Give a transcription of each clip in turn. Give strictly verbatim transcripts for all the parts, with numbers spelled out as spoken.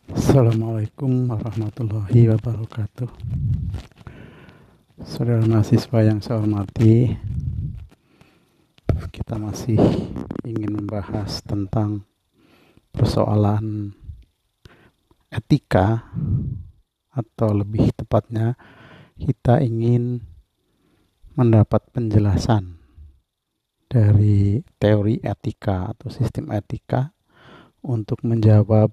Assalamualaikum warahmatullahi wabarakatuh. Saudara mahasiswa yang saya hormati, kita masih ingin membahas tentang persoalan etika, atau lebih tepatnya kita ingin mendapat penjelasan dari teori etika atau sistem etika untuk menjawab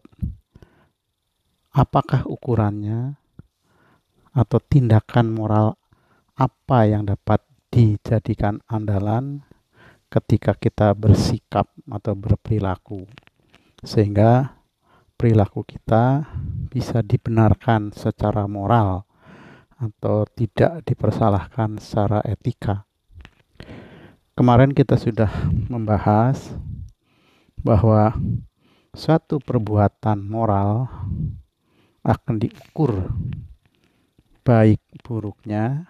apakah ukurannya atau tindakan moral apa yang dapat dijadikan andalan ketika kita bersikap atau berperilaku, sehingga perilaku kita bisa dibenarkan secara moral atau tidak dipersalahkan secara etika. Kemarin kita sudah membahas bahwa suatu perbuatan moral akan diukur baik buruknya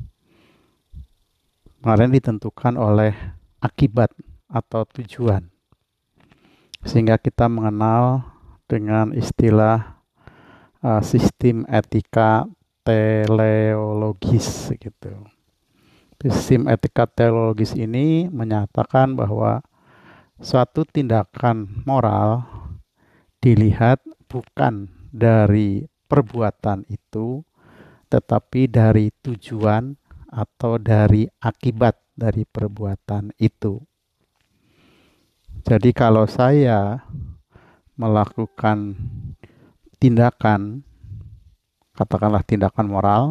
kemarin ditentukan oleh akibat atau tujuan, sehingga kita mengenal dengan istilah uh, sistem etika teleologis gitu. Sistem etika teleologis ini menyatakan bahwa suatu tindakan moral dilihat bukan dari perbuatan itu, tetapi dari tujuan atau dari akibat dari perbuatan itu. Jadi kalau saya melakukan tindakan, katakanlah tindakan moral,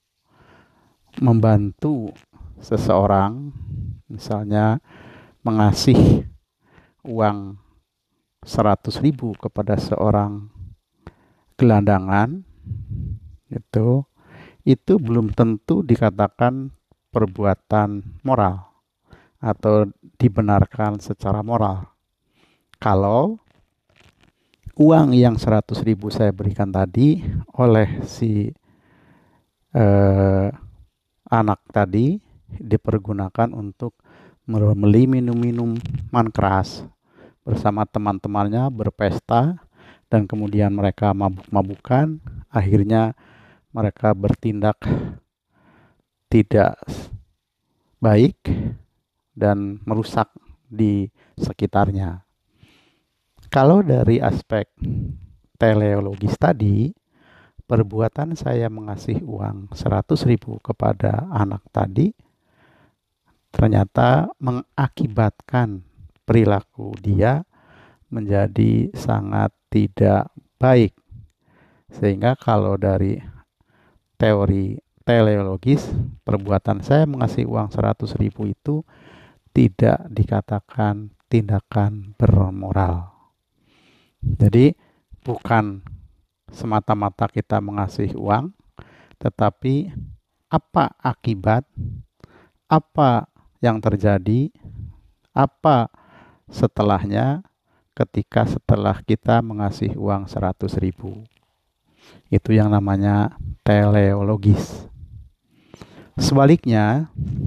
membantu seseorang, misalnya mengasih uang seratus ribu kepada seorang gelandangan, itu itu belum tentu dikatakan perbuatan moral atau dibenarkan secara moral. Kalau uang yang seratus ribu saya berikan tadi oleh si eh, anak tadi dipergunakan untuk membeli minum-minuman keras bersama teman-temannya, berpesta, dan kemudian mereka mabuk-mabukan, akhirnya mereka bertindak tidak baik dan merusak di sekitarnya. Kalau dari aspek teleologis tadi, perbuatan saya mengasih uang seratus ribu kepada anak tadi ternyata mengakibatkan perilaku dia menjadi sangat tidak baik. Sehingga kalau dari teori teleologis, perbuatan saya mengasih uang seratus ribu itu tidak dikatakan tindakan bermoral. Jadi bukan semata-mata kita mengasih uang, tetapi apa akibat, apa yang terjadi, apa setelahnya ketika setelah kita mengasih uang seratus ribu. Itu yang namanya teleologis. Sebaliknya,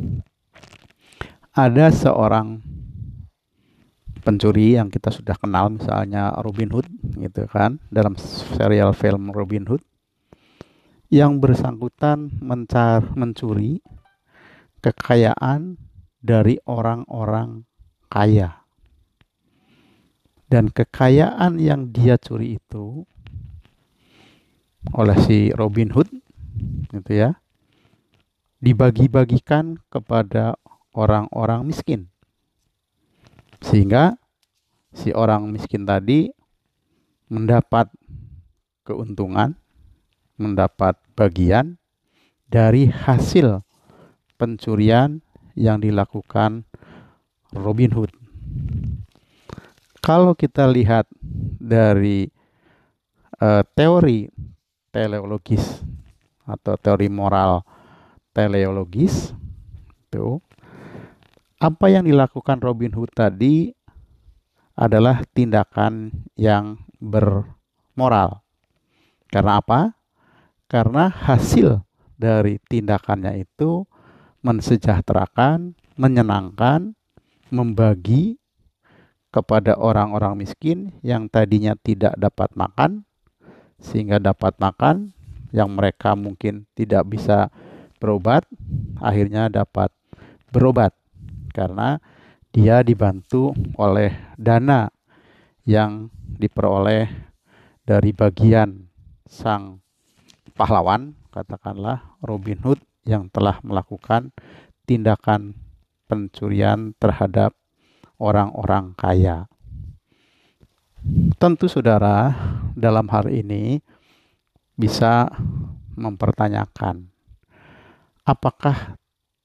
ada seorang pencuri yang kita sudah kenal, misalnya Robin Hood, gitu kan, dalam serial film Robin Hood, yang bersangkutan mencar, mencuri kekayaan dari orang-orang kaya. Dan kekayaan yang dia curi itu oleh si Robin Hood, gitu ya, dibagi-bagikan kepada orang-orang miskin, sehingga si orang miskin tadi mendapat keuntungan, mendapat bagian dari hasil pencurian yang dilakukan Robin Hood. Kalau kita lihat dari uh, teori teleologis atau teori moral teleologis, itu apa yang dilakukan Robin Hood tadi adalah tindakan yang bermoral. Karena apa? Karena hasil dari tindakannya itu mensejahterakan, menyenangkan, membagi kepada orang-orang miskin yang tadinya tidak dapat makan, sehingga dapat makan, yang mereka mungkin tidak bisa berobat, akhirnya dapat berobat karena dia dibantu oleh dana yang diperoleh dari bagian sang pahlawan, katakanlah Robin Hood, yang telah melakukan tindakan pencurian terhadap orang-orang kaya. Tentu saudara, dalam hal ini bisa mempertanyakan, apakah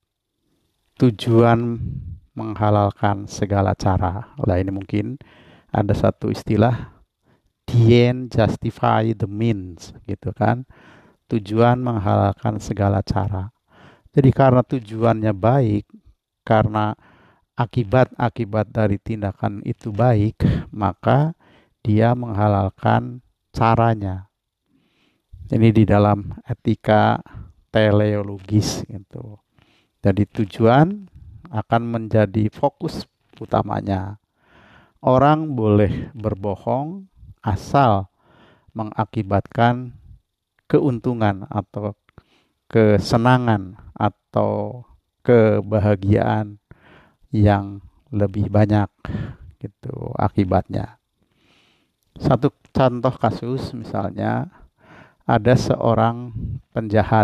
tujuan menghalalkan segala cara? Lah ini mungkin ada satu istilah, the end justify the means, gitu kan. Tujuan menghalalkan segala cara. Jadi karena tujuannya baik, karena akibat-akibat dari tindakan itu baik, maka dia menghalalkan caranya. Ini di dalam etika teleologis gitu. Jadi tujuan akan menjadi fokus utamanya. Orang boleh berbohong asal mengakibatkan keuntungan atau kesenangan atau kebahagiaan yang lebih banyak gitu akibatnya. Satu contoh kasus misalnya, ada seorang penjahat,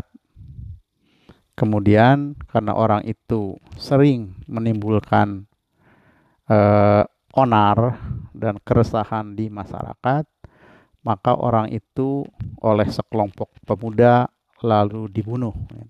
kemudian karena orang itu sering menimbulkan eh, onar dan keresahan di masyarakat, maka orang itu oleh sekelompok pemuda lalu dibunuh.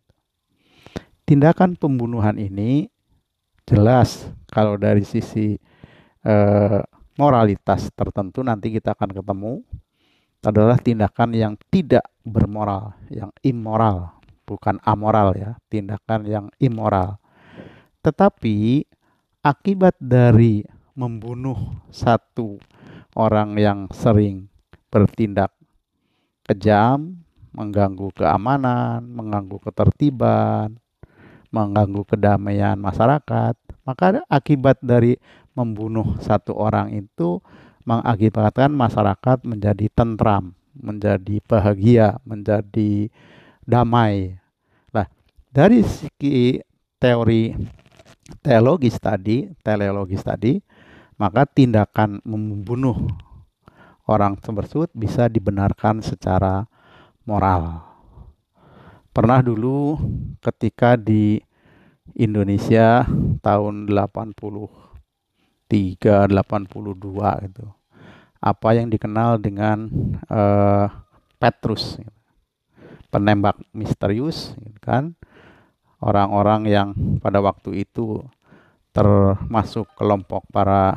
Tindakan pembunuhan ini jelas kalau dari sisi eh, moralitas tertentu, nanti kita akan ketemu, adalah tindakan yang tidak bermoral, yang immoral, bukan amoral ya, tindakan yang immoral. Tetapi akibat dari membunuh satu orang yang sering bertindak kejam, mengganggu keamanan, mengganggu ketertiban, mengganggu kedamaian masyarakat, maka akibat dari membunuh satu orang itu mengakibatkan masyarakat menjadi tentram, menjadi bahagia, menjadi damai. Nah, dari segi teori teologis tadi, teleologis tadi, maka tindakan membunuh orang tersebut bisa dibenarkan secara moral. Pernah dulu ketika di Indonesia tahun delapan puluh tiga delapan puluh dua gitu, apa yang dikenal dengan uh, Petrus, penembak misterius, gitu kan, orang-orang yang pada waktu itu termasuk kelompok para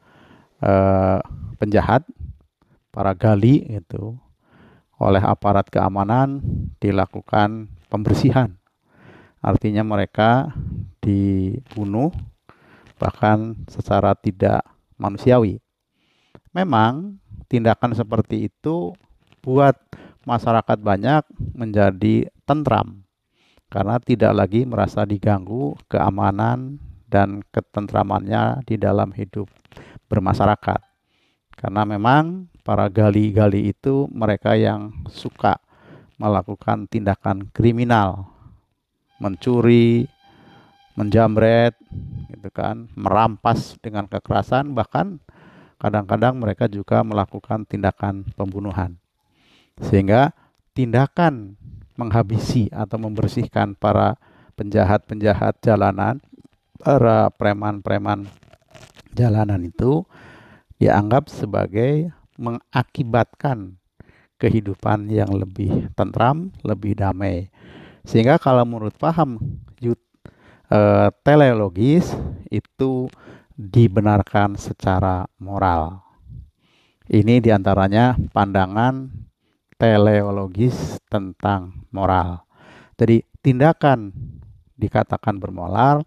uh, penjahat, para gali itu, oleh aparat keamanan dilakukan pembersihan. Artinya mereka dibunuh bahkan secara tidak manusiawi. Memang tindakan seperti itu buat masyarakat banyak menjadi tentram karena tidak lagi merasa diganggu keamanan dan ketentramannya di dalam hidup bermasyarakat. Karena memang para gali-gali itu mereka yang suka melakukan tindakan kriminal, mencuri, menjamret, gitu kan, merampas dengan kekerasan, bahkan kadang-kadang mereka juga melakukan tindakan pembunuhan. Sehingga tindakan menghabisi atau membersihkan para penjahat-penjahat jalanan, para preman-preman jalanan itu dianggap sebagai mengakibatkan kehidupan yang lebih tentram, lebih damai. Sehingga kalau menurut paham yut, e, teleologis itu dibenarkan secara moral. Ini diantaranya pandangan teleologis tentang moral. Jadi tindakan dikatakan bermoral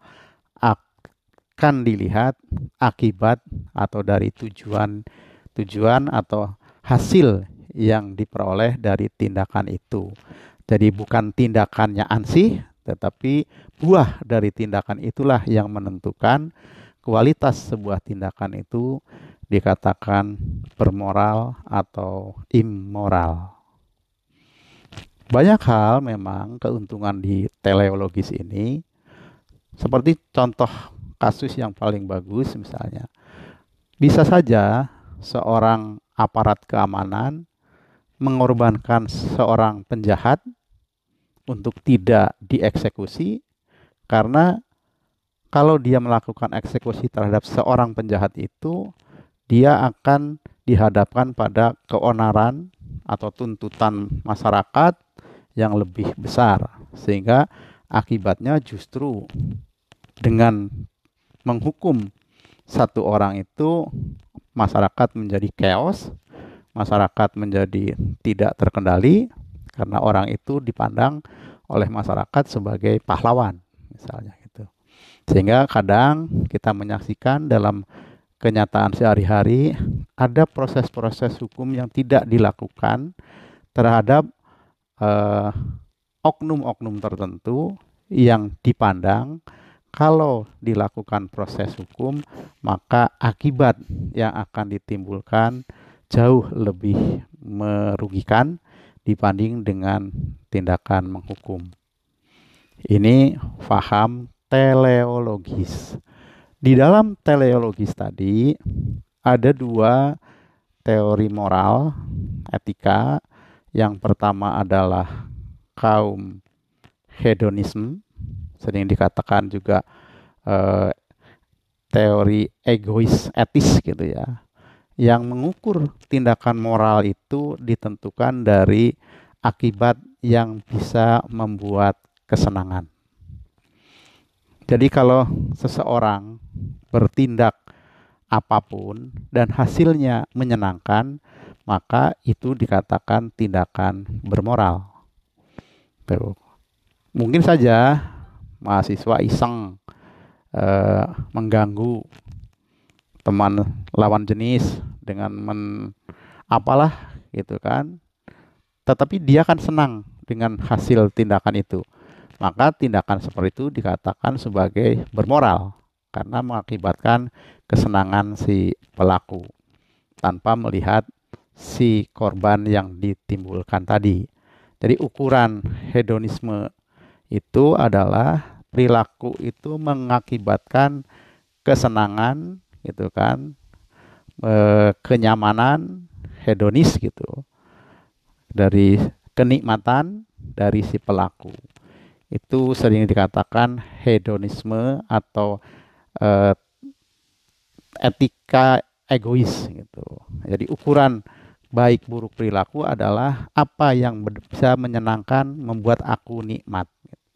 akan dilihat akibat atau dari tujuan tujuan atau hasil yang diperoleh dari tindakan itu. Jadi bukan tindakannya ansih, tetapi buah dari tindakan itulah yang menentukan kualitas sebuah tindakan itu dikatakan bermoral atau immoral. banyak hal memang keuntungan di teleologis ini, seperti contoh kasus yang paling bagus misalnya. Bisa saja seorang aparat keamanan mengorbankan seorang penjahat untuk tidak dieksekusi, karena kalau dia melakukan eksekusi terhadap seorang penjahat itu, dia akan dihadapkan pada keonaran atau tuntutan masyarakat yang lebih besar, sehingga akibatnya justru dengan menghukum satu orang itu masyarakat menjadi chaos, masyarakat menjadi tidak terkendali karena orang itu dipandang oleh masyarakat sebagai pahlawan misalnya gitu. Sehingga kadang kita menyaksikan dalam kenyataan sehari-hari ada proses-proses hukum yang tidak dilakukan terhadap eh, oknum-oknum tertentu yang dipandang kalau dilakukan proses hukum, maka akibat yang akan ditimbulkan jauh lebih merugikan dibanding dengan tindakan menghukum. Ini faham teleologis. Di dalam teleologis tadi ada dua teori moral etika. Yang pertama adalah kaum hedonisme, sering dikatakan juga eh, teori egois etis gitu ya, yang mengukur tindakan moral itu ditentukan dari akibat yang bisa membuat kesenangan. Jadi kalau seseorang bertindak apapun dan hasilnya menyenangkan, maka itu dikatakan tindakan bermoral. Tuh. Mungkin saja mahasiswa iseng eh, mengganggu teman lawan jenis dengan men apalah gitu kan, tetapi dia kan senang dengan hasil tindakan itu, maka tindakan seperti itu dikatakan sebagai bermoral karena mengakibatkan kesenangan si pelaku tanpa melihat si korban yang ditimbulkan tadi. Jadi ukuran hedonisme itu adalah perilaku itu mengakibatkan kesenangan gitu kan, e, kenyamanan hedonis gitu dari kenikmatan dari si pelaku. Itu sering dikatakan hedonisme atau e, etika egois gitu. Jadi ukuran baik buruk perilaku adalah apa yang bisa menyenangkan, membuat aku nikmat.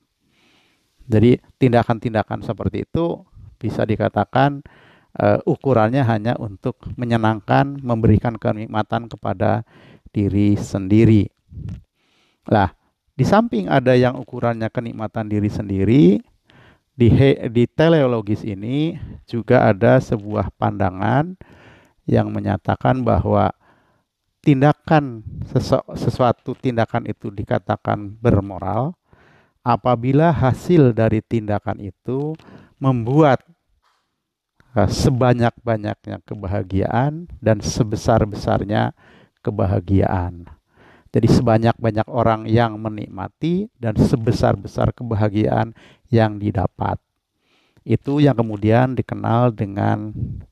Jadi tindakan-tindakan seperti itu bisa dikatakan uh, ukurannya hanya untuk menyenangkan, memberikan kenikmatan kepada diri sendiri. Nah, di samping ada yang ukurannya kenikmatan diri sendiri, di, he, di teleologis ini juga ada sebuah pandangan yang menyatakan bahwa tindakan sesu, sesuatu tindakan itu dikatakan bermoral apabila hasil dari tindakan itu membuat uh, sebanyak-banyaknya kebahagiaan dan sebesar-besarnya kebahagiaan. Jadi sebanyak-banyak orang yang menikmati dan sebesar-besar kebahagiaan yang didapat. Itu yang kemudian dikenal dengan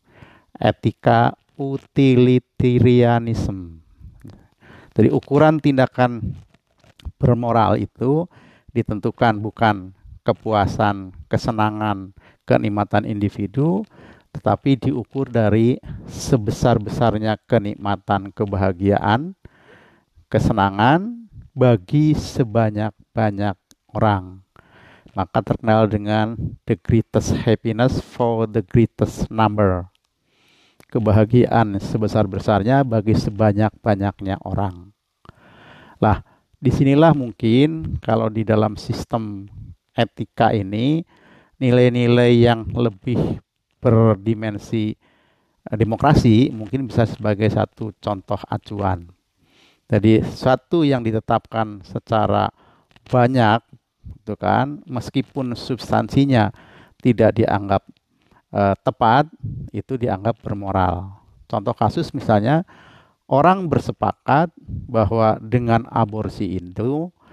etika utilitarianism. Jadi ukuran tindakan bermoral itu ditentukan bukan kepuasan, kesenangan, kenikmatan individu, tetapi diukur dari sebesar-besarnya kenikmatan, kebahagiaan, kesenangan bagi sebanyak-banyak orang. Maka terkenal dengan the greatest happiness for the greatest number. Kebahagiaan sebesar-besarnya bagi sebanyak-banyaknya orang. Lah, disinilah mungkin kalau di dalam sistem etika ini nilai-nilai yang lebih berdimensi demokrasi mungkin bisa sebagai satu contoh acuan. Jadi suatu yang ditetapkan secara banyak, itu kan, meskipun substansinya tidak dianggap eh, tepat, itu dianggap bermoral. Contoh kasus misalnya orang bersepakat bahwa dengan aborsi itu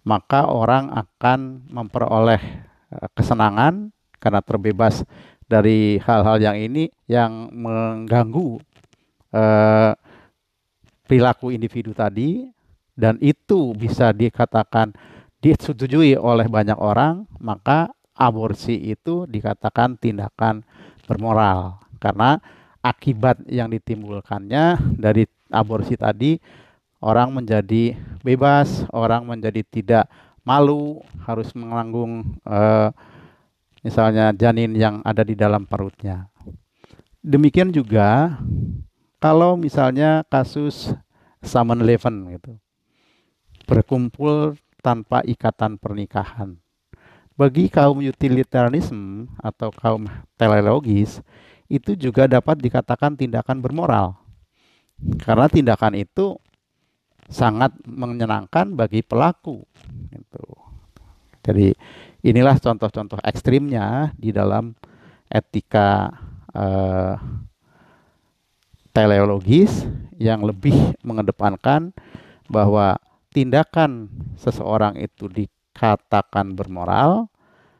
maka orang akan memperoleh eh, kesenangan karena terbebas dari hal-hal yang ini yang mengganggu eh, perilaku individu tadi, dan itu bisa dikatakan disetujui oleh banyak orang, maka aborsi itu dikatakan tindakan bermoral karena akibat yang ditimbulkannya dari aborsi tadi, orang menjadi bebas, orang menjadi tidak malu harus menanggung eh, misalnya janin yang ada di dalam perutnya. Demikian juga kalau misalnya kasus seven eleven gitu, berkumpul tanpa ikatan pernikahan. Bagi kaum utilitarianisme atau kaum teleologis, itu juga dapat dikatakan tindakan bermoral. Karena tindakan itu sangat menyenangkan bagi pelaku. Gitu. Jadi inilah contoh-contoh ekstrimnya di dalam etika eh, teleologis yang lebih mengedepankan bahwa tindakan seseorang itu dikatakan bermoral,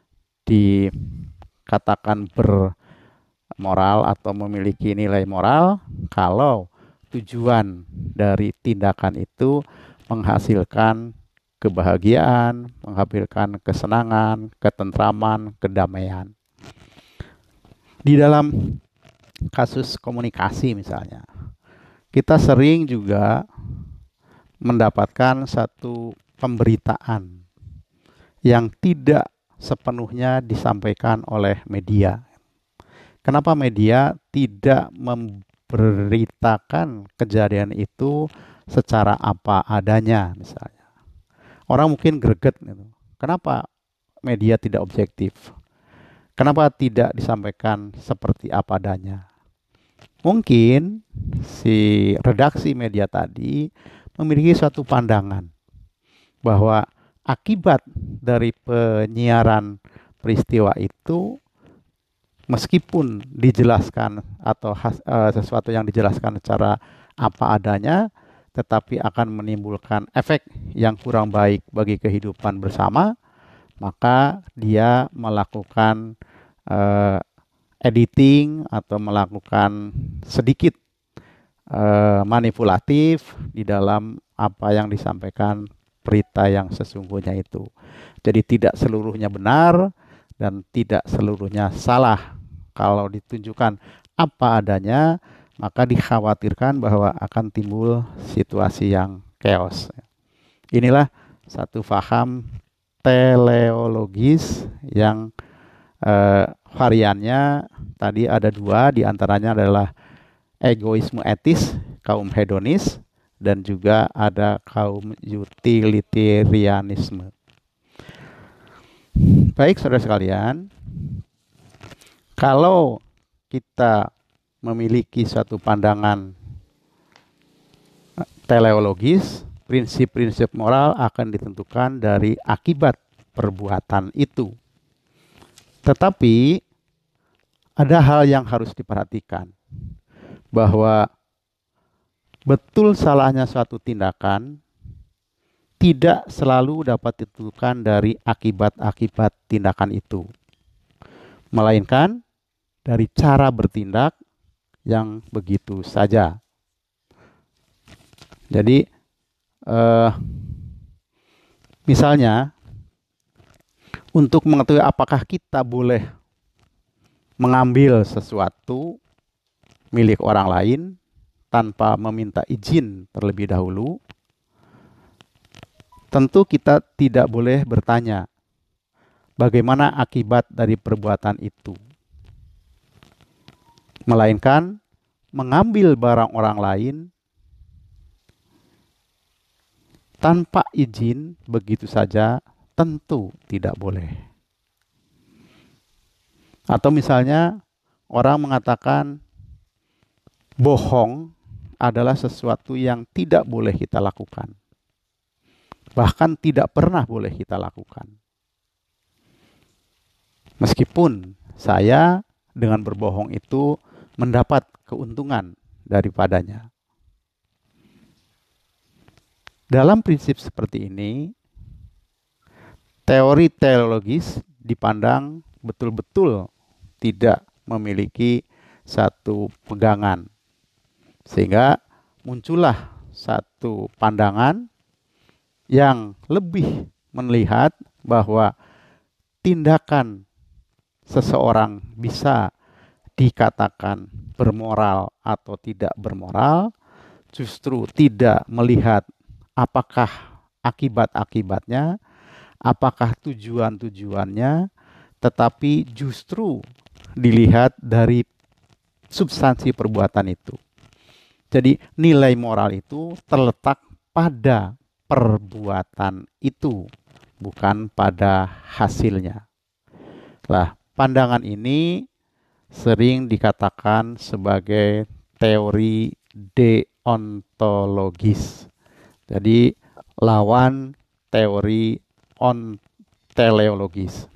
dikatakan bermoral atau memiliki nilai moral kalau tujuan dari tindakan itu menghasilkan kebahagiaan, menghasilkan kesenangan, ketentraman, kedamaian. Di dalam kasus komunikasi misalnya, kita sering juga mendapatkan satu pemberitaan yang tidak sepenuhnya disampaikan oleh media. Kenapa media tidak memberitakan kejadian itu secara apa adanya misalnya? Orang mungkin greget gitu. Kenapa media tidak objektif? Kenapa tidak disampaikan seperti apa adanya? Mungkin si redaksi media tadi memiliki suatu pandangan bahwa akibat dari penyiaran peristiwa itu meskipun dijelaskan atau has, uh, sesuatu yang dijelaskan secara apa adanya, tetapi akan menimbulkan efek yang kurang baik bagi kehidupan bersama, maka dia melakukan uh, editing atau melakukan sedikit uh, manipulatif di dalam apa yang disampaikan berita yang sesungguhnya itu. Jadi tidak seluruhnya benar dan tidak seluruhnya salah. Kalau ditunjukkan apa adanya, maka dikhawatirkan bahwa akan timbul situasi yang chaos. Inilah satu faham teleologis yang eh, variannya tadi ada dua, diantaranya adalah egoisme etis, kaum hedonis, dan juga ada kaum utilitarianisme. Baik saudara sekalian, kalau kita memiliki suatu pandangan teleologis, prinsip-prinsip moral akan ditentukan dari akibat perbuatan itu. Tetapi ada hal yang harus diperhatikan, bahwa betul salahnya suatu tindakan tidak selalu dapat ditentukan dari akibat-akibat tindakan itu, melainkan dari cara bertindak yang begitu saja. Jadi eh, misalnya untuk mengetahui apakah kita boleh mengambil sesuatu milik orang lain tanpa meminta izin terlebih dahulu, tentu kita tidak boleh bertanya bagaimana akibat dari perbuatan itu, melainkan mengambil barang orang lain tanpa izin begitu saja tentu tidak boleh. Atau misalnya orang mengatakan bohong adalah sesuatu yang tidak boleh kita lakukan. Bahkan tidak pernah boleh kita lakukan. Meskipun saya dengan berbohong itu mendapat keuntungan daripadanya. Dalam prinsip seperti ini, teori teleologis dipandang betul-betul tidak memiliki satu pegangan. Sehingga muncullah satu pandangan yang lebih melihat bahwa tindakan seseorang bisa dikatakan bermoral atau tidak bermoral, justru tidak melihat apakah akibat-akibatnya, apakah tujuan-tujuannya, tetapi justru dilihat dari substansi perbuatan itu. Jadi nilai moral itu terletak pada perbuatan itu, bukan pada hasilnya. Lah, pandangan ini sering dikatakan sebagai teori deontologis. Jadi lawan teori onteleologis.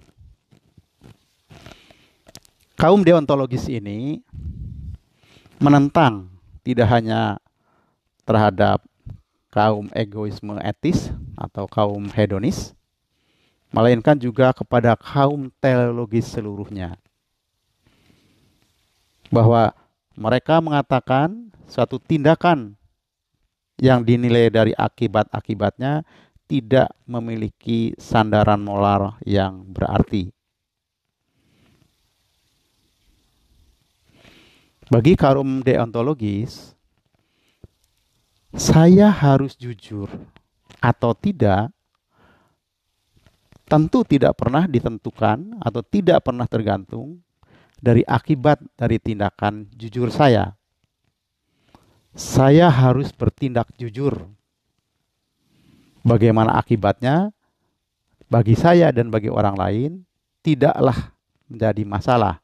Kaum deontologis ini menentang tidak hanya terhadap kaum egoisme etis atau kaum hedonis, melainkan juga kepada kaum teleologis seluruhnya. Bahwa mereka mengatakan suatu tindakan yang dinilai dari akibat-akibatnya tidak memiliki sandaran moral yang berarti. Bagi kaum deontologis, saya harus jujur atau tidak tentu tidak pernah ditentukan atau tidak pernah tergantung dari akibat dari tindakan jujur saya. Saya harus bertindak jujur. Bagaimana akibatnya bagi saya dan bagi orang lain tidaklah menjadi masalah.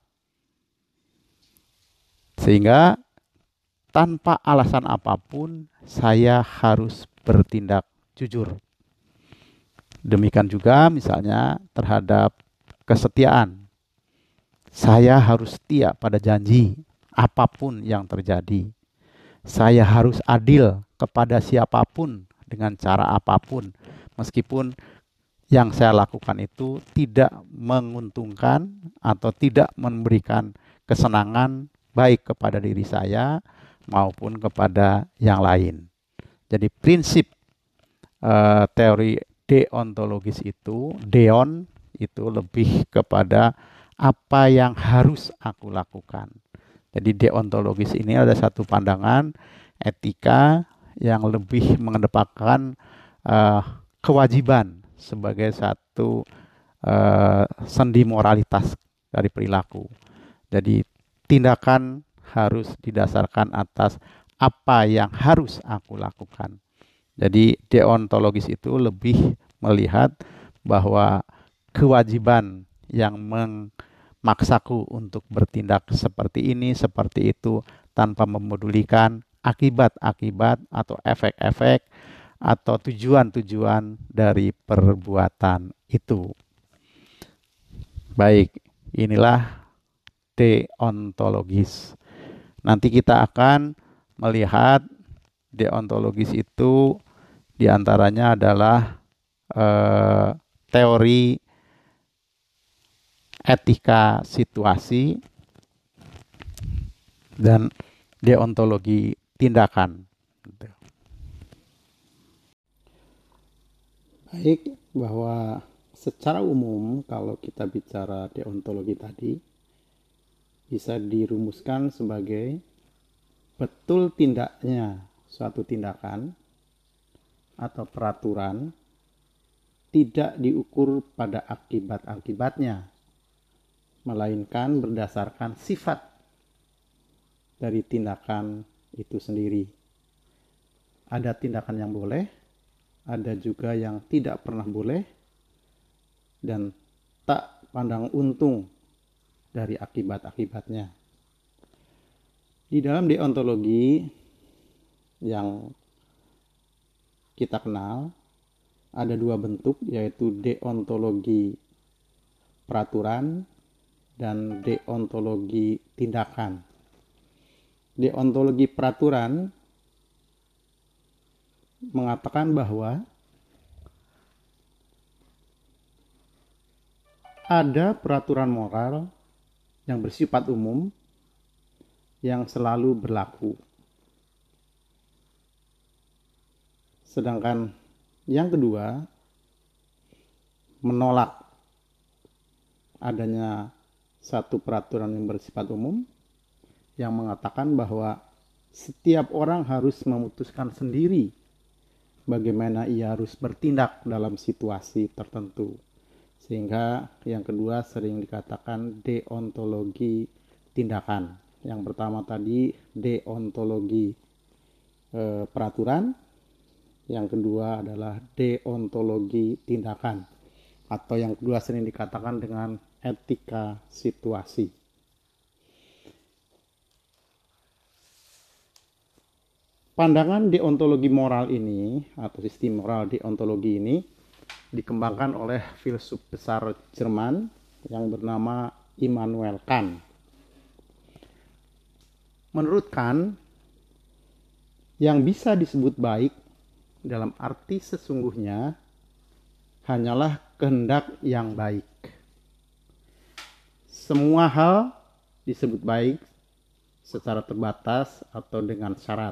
Sehingga tanpa alasan apapun saya harus bertindak jujur. Demikian juga misalnya terhadap kesetiaan. Saya harus setia pada janji apapun yang terjadi. Saya harus adil kepada siapapun dengan cara apapun. Meskipun yang saya lakukan itu tidak menguntungkan atau tidak memberikan kesenangan baik kepada diri saya maupun kepada yang lain. Jadi prinsip uh, teori deontologis itu, deon itu lebih kepada apa yang harus aku lakukan. Jadi deontologis ini ada satu pandangan etika yang lebih mengedepankan uh, kewajiban sebagai satu uh, sendi moralitas dari perilaku. Jadi tindakan harus didasarkan atas apa yang harus aku lakukan. Jadi deontologis itu lebih melihat bahwa kewajiban yang memaksaku untuk bertindak seperti ini, seperti itu, tanpa memedulikan akibat-akibat atau efek-efek atau tujuan-tujuan dari perbuatan itu. Baik, inilah deontologis. Nanti kita akan melihat deontologis itu diantaranya adalah eh, teori etika situasi dan deontologi tindakan. Baik, bahwa secara umum kalau kita bicara deontologi tadi bisa dirumuskan sebagai betul tindaknya suatu tindakan atau peraturan tidak diukur pada akibat-akibatnya, melainkan berdasarkan sifat dari tindakan itu sendiri. Ada tindakan yang boleh, ada juga yang tidak pernah boleh, dan tak pandang untung dari akibat-akibatnya. Di dalam deontologi yang kita kenal, ada dua bentuk, yaitu deontologi peraturan dan deontologi tindakan. Deontologi peraturan mengatakan bahwa Ada peraturan moral yang bersifat umum yang selalu berlaku. Sedangkan yang kedua, menolak adanya satu peraturan yang bersifat umum yang mengatakan bahwa setiap orang harus memutuskan sendiri bagaimana ia harus bertindak dalam situasi tertentu. Sehingga yang kedua sering dikatakan deontologi tindakan. Yang pertama tadi deontologi e, peraturan, yang kedua adalah deontologi tindakan, atau yang kedua sering dikatakan dengan etika situasi. Pandangan deontologi moral ini atau sistem moral deontologi ini dikembangkan oleh filsuf besar Jerman yang bernama Immanuel Kant. Menurut Kant, yang bisa disebut baik dalam arti sesungguhnya hanyalah kehendak yang baik. Semua hal disebut baik secara terbatas atau dengan syarat.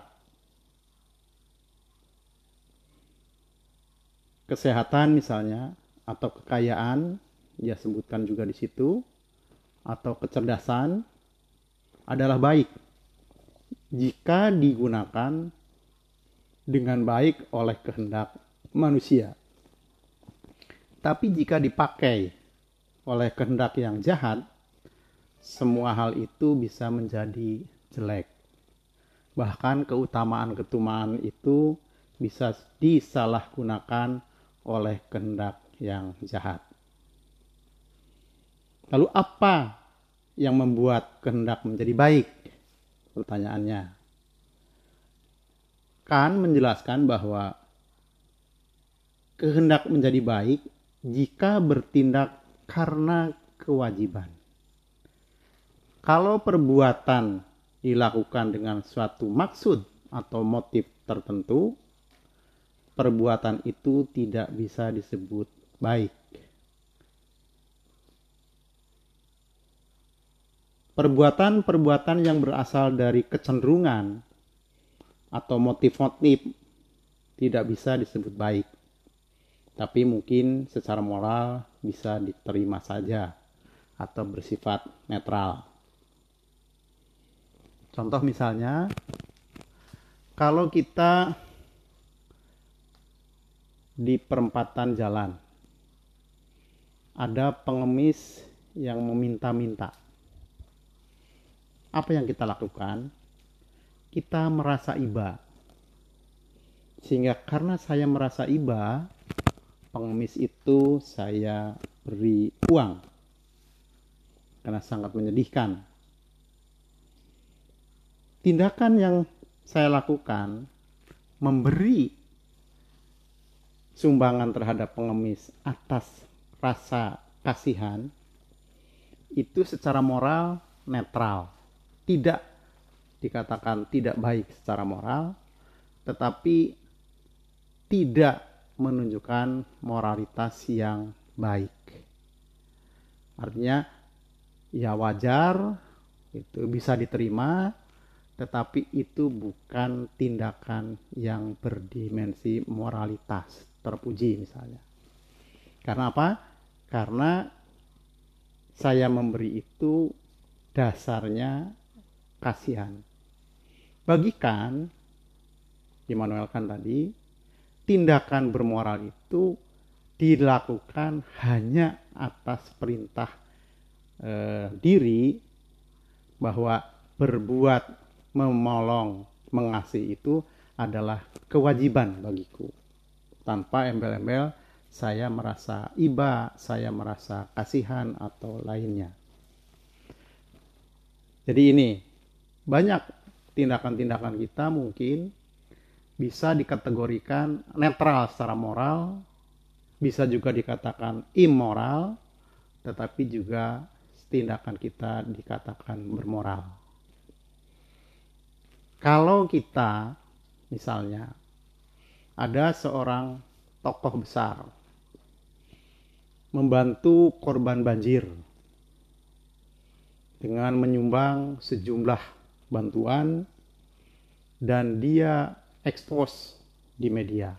Kesehatan misalnya, atau kekayaan, dia sebutkan juga di situ, atau kecerdasan adalah baik jika digunakan dengan baik oleh kehendak manusia. Tapi jika dipakai oleh kehendak yang jahat, semua hal itu bisa menjadi jelek. Bahkan keutamaan-keutamaan itu bisa disalahgunakan oleh kehendak yang jahat. Lalu apa yang membuat kehendak menjadi baik? Pertanyaannya. Kant menjelaskan bahwa kehendak menjadi baik jika bertindak karena kewajiban. Kalau perbuatan dilakukan dengan suatu maksud atau motif tertentu, perbuatan itu tidak bisa disebut baik. Perbuatan-perbuatan yang berasal dari kecenderungan atau motif-motif tidak bisa disebut baik. Tapi mungkin secara moral bisa diterima saja atau bersifat netral. Contoh misalnya, kalau kita di perempatan jalan ada pengemis yang meminta-minta. Apa yang kita lakukan? Kita merasa iba. Sehingga karena saya merasa iba, pengemis itu saya beri uang. Karena sangat menyedihkan. Tindakan yang saya lakukan memberi sumbangan terhadap pengemis atas rasa kasihan itu secara moral netral, tidak dikatakan tidak baik secara moral, tetapi tidak menunjukkan moralitas yang baik. Artinya ya wajar, itu bisa diterima, tetapi itu bukan tindakan yang berdimensi moralitas terpuji misalnya. Karena apa? Karena saya memberi itu dasarnya kasihan. Bagi Kant, Immanuel Kant tadi, tindakan bermoral itu dilakukan hanya atas perintah eh, diri, bahwa berbuat, menolong, mengasihi itu adalah kewajiban bagiku. Tanpa embel-embel saya merasa iba, saya merasa kasihan atau lainnya. Jadi ini banyak tindakan-tindakan kita mungkin bisa dikategorikan netral secara moral, bisa juga dikatakan immoral, tetapi juga tindakan kita dikatakan bermoral. Kalau kita misalnya ada seorang tokoh besar membantu korban banjir dengan menyumbang sejumlah bantuan dan dia expose di media.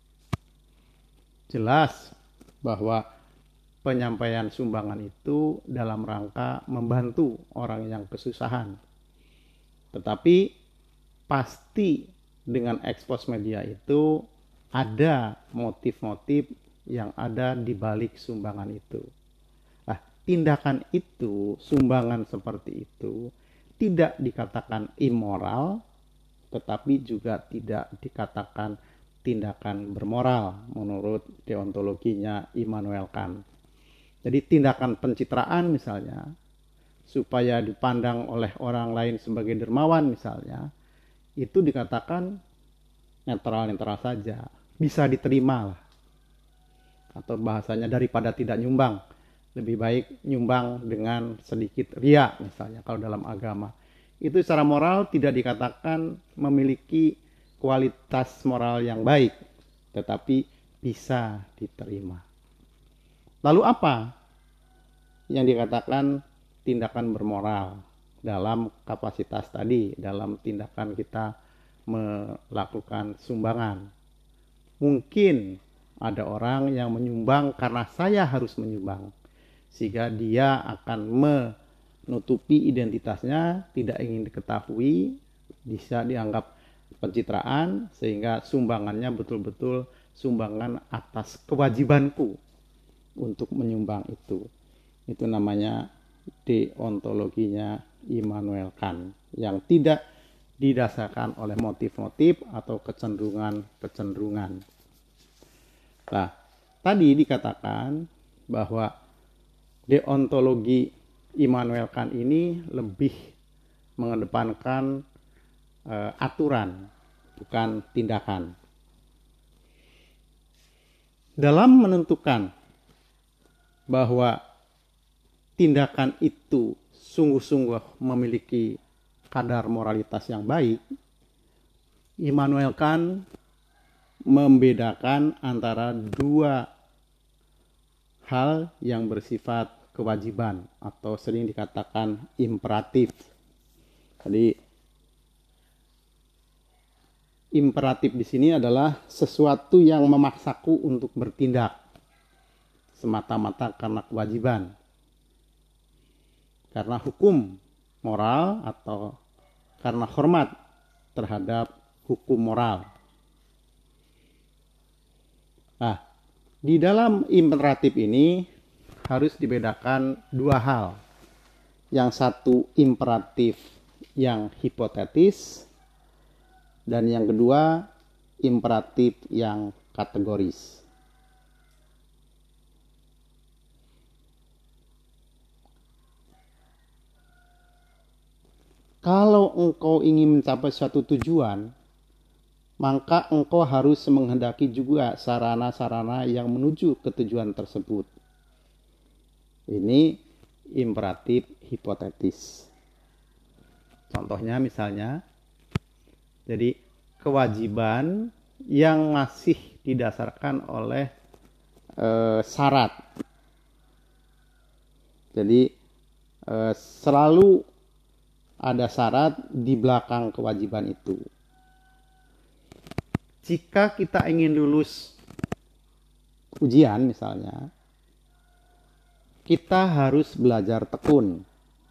Jelas bahwa penyampaian sumbangan itu dalam rangka membantu orang yang kesusahan. Tetapi pasti dengan expose media itu ada motif-motif yang ada di balik sumbangan itu. Nah, tindakan itu, sumbangan seperti itu tidak dikatakan immoral, tetapi juga tidak dikatakan tindakan bermoral menurut deontologinya Immanuel Kant. Jadi tindakan pencitraan misalnya, supaya dipandang oleh orang lain sebagai dermawan misalnya, itu dikatakan netral-netral saja, bisa diterima lah. Atau bahasanya daripada tidak nyumbang, lebih baik nyumbang dengan sedikit ria misalnya kalau dalam agama. Itu secara moral tidak dikatakan memiliki kualitas moral yang baik, tetapi bisa diterima. Lalu apa yang dikatakan tindakan bermoral dalam kapasitas tadi, dalam tindakan kita melakukan sumbangan? Mungkin ada orang yang menyumbang karena saya harus menyumbang, sehingga dia akan menutupi identitasnya, tidak ingin diketahui, bisa dianggap pencitraan, sehingga sumbangannya betul-betul sumbangan atas kewajibanku untuk menyumbang itu. Itu namanya deontologinya Immanuel Kant, yang tidak didasarkan oleh motif-motif atau kecenderungan-kecenderungan. Nah, tadi dikatakan bahwa deontologi Immanuel Kant ini lebih mengedepankan e, aturan, bukan tindakan. Dalam menentukan bahwa tindakan itu sungguh-sungguh memiliki kadar moralitas yang baik, Immanuel Kant membedakan antara dua hal yang bersifat kewajiban atau sering dikatakan imperatif. Jadi imperatif di sini adalah sesuatu yang memaksaku untuk bertindak semata-mata karena kewajiban, karena hukum moral atau karena hormat terhadap hukum moral. Nah, di dalam imperatif ini harus dibedakan dua hal. Yang satu imperatif yang hipotetis, dan yang kedua imperatif yang kategoris. Kalau engkau ingin mencapai suatu tujuan, maka engkau harus menghendaki juga sarana-sarana yang menuju ke tujuan tersebut. Ini imperatif hipotetis. Contohnya misalnya, jadi kewajiban yang masih didasarkan oleh e, syarat. Jadi e, selalu ada syarat di belakang kewajiban itu. Jika kita ingin lulus ujian misalnya, kita harus belajar tekun.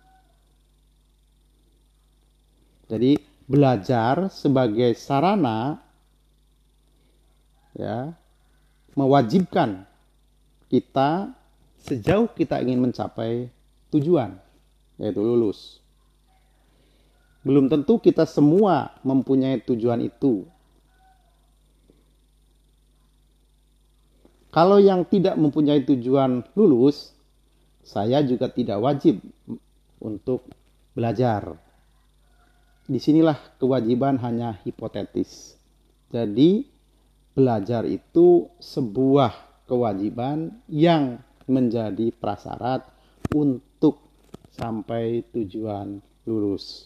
Jadi belajar sebagai sarana ya mewajibkan kita sejauh kita ingin mencapai tujuan, yaitu lulus. Belum tentu kita semua mempunyai tujuan itu. Kalau yang tidak mempunyai tujuan lulus, saya juga tidak wajib untuk belajar. Disinilah kewajiban hanya hipotetis. Jadi belajar itu sebuah kewajiban yang menjadi prasyarat untuk sampai tujuan lulus.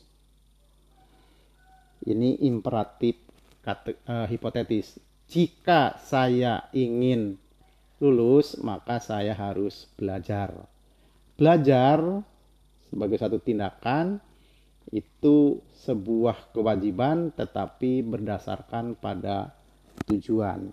Ini imperatif kate, uh, hipotetis. Jika saya ingin lulus, maka saya harus belajar. Belajar sebagai satu tindakan itu sebuah kewajiban tetapi berdasarkan pada tujuan.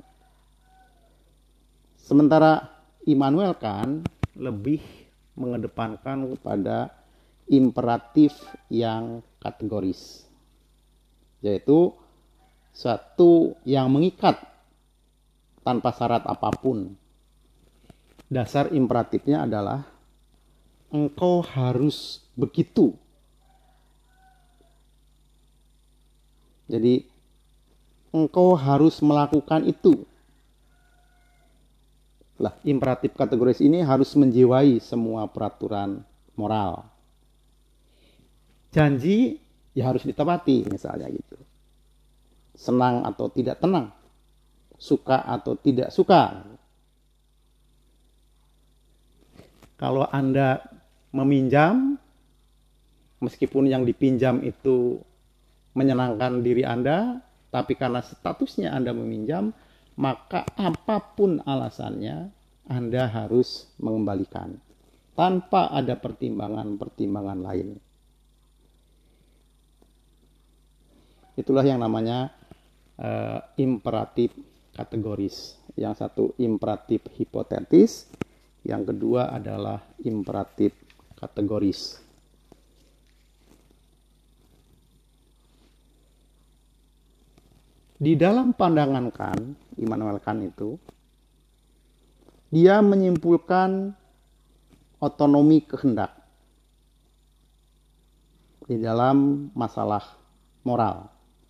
Sementara Immanuel Kant lebih mengedepankan kepada imperatif yang kategoris, yaitu suatu yang mengikat tanpa syarat apapun. Dasar imperatifnya adalah engkau harus begitu. Jadi engkau harus melakukan itu. Lah, imperatif kategoris ini harus menjiwai semua peraturan moral. Janji ya harus ditepati, misalnya gitu. Senang atau tidak tenang, suka atau tidak suka. Kalau Anda meminjam, meskipun yang dipinjam itu menyenangkan diri Anda, tapi karena statusnya Anda meminjam, maka apapun alasannya Anda harus mengembalikan tanpa ada pertimbangan-pertimbangan lain. Itulah yang namanya uh, imperatif kategoris. Yang satu imperatif hipotetis, yang kedua adalah imperatif kategoris. Di dalam pandangan Kant, Immanuel Kant itu, dia menyimpulkan otonomi kehendak di dalam masalah moral.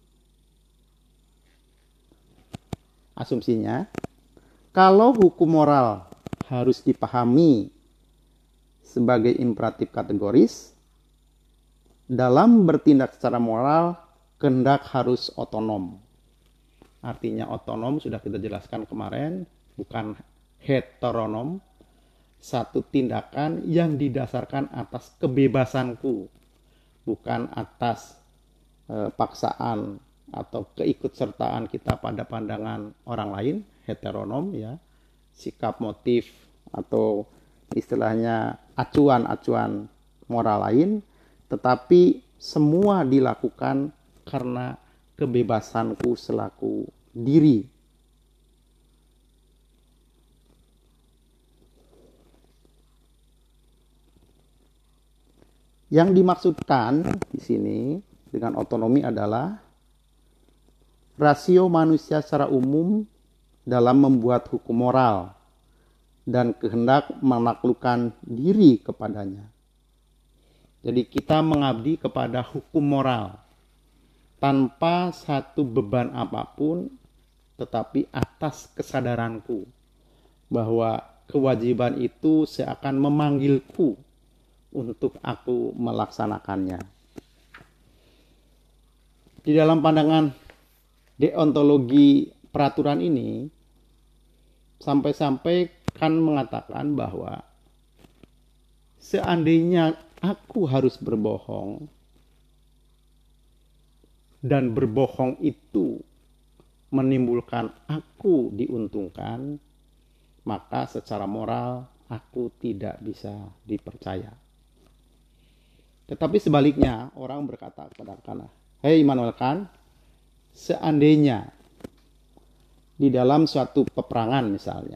Asumsinya, kalau hukum moral harus dipahami sebagai imperatif kategoris, dalam bertindak secara moral, kehendak harus otonom. Artinya otonom sudah kita jelaskan kemarin, bukan heteronom, satu tindakan yang didasarkan atas kebebasanku, bukan atas e, paksaan atau keikutsertaan kita pada pandangan orang lain, heteronom ya, sikap motif atau istilahnya acuan-acuan moral lain, tetapi semua dilakukan karena kebebasanku selaku diri. Yang dimaksudkan di sini dengan otonomi adalah rasio manusia secara umum dalam membuat hukum moral dan kehendak menaklukkan diri kepadanya. Jadi kita mengabdi kepada hukum moral tanpa satu beban apapun, tetapi atas kesadaranku bahwa kewajiban itu seakan memanggilku untuk aku melaksanakannya. Di dalam pandangan deontologi peraturan ini, sampai-sampai Kant mengatakan bahwa seandainya aku harus berbohong, dan berbohong itu menimbulkan aku diuntungkan, maka secara moral aku tidak bisa dipercaya. Tetapi sebaliknya, orang berkata kepada Kant, "Hei Immanuel Kant, seandainya di dalam suatu peperangan misalnya,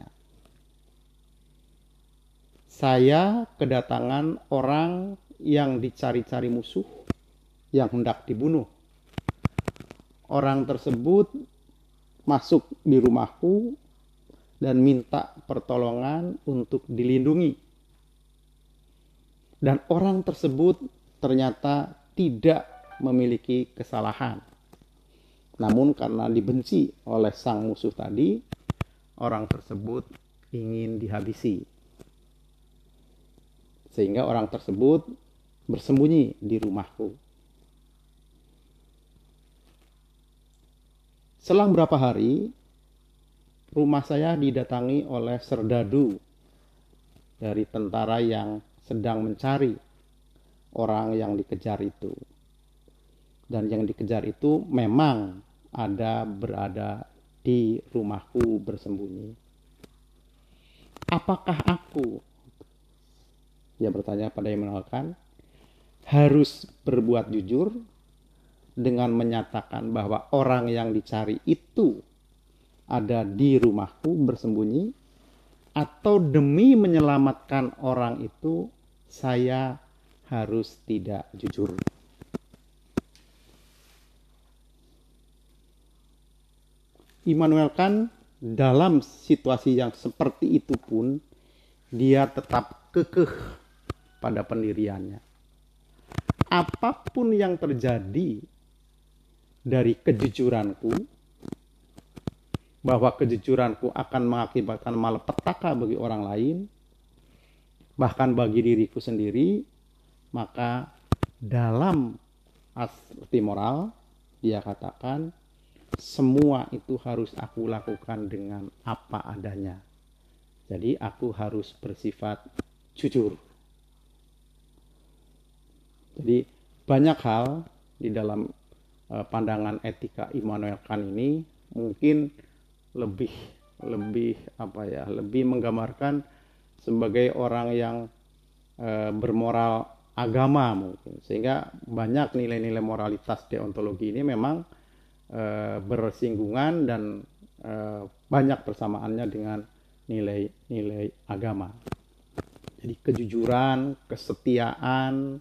saya kedatangan orang yang dicari-cari musuh yang hendak dibunuh. Orang tersebut masuk di rumahku dan minta pertolongan untuk dilindungi. Dan orang tersebut ternyata tidak memiliki kesalahan. Namun karena dibenci oleh sang musuh tadi, orang tersebut ingin dihabisi. Sehingga orang tersebut bersembunyi di rumahku. Selang berapa hari, rumah saya didatangi oleh serdadu dari tentara yang sedang mencari orang yang dikejar itu. Dan yang dikejar itu memang ada berada di rumahku bersembunyi. apakah aku, dia bertanya pada Immanuel Kant, harus berbuat jujur dengan menyatakan bahwa orang yang dicari itu ada di rumahku bersembunyi, atau demi menyelamatkan orang itu saya harus tidak jujur. Immanuel Kant dalam situasi yang seperti itu pun dia tetap kekeh pada pendiriannya. Apapun yang terjadi dari kejujuranku, bahwa kejujuranku akan mengakibatkan malapetaka bagi orang lain, bahkan bagi diriku sendiri, maka dalam arti moral dia katakan semua itu harus aku lakukan dengan apa adanya. Jadi aku harus bersifat jujur. Jadi banyak hal di dalam uh, pandangan etika Immanuel Kant ini mungkin lebih lebih apa ya, lebih menggambarkan sebagai orang yang uh, bermoral agama mungkin. Sehingga banyak nilai-nilai moralitas deontologi ini memang uh, bersinggungan dan uh, banyak persamaannya dengan nilai-nilai agama. Jadi kejujuran, kesetiaan,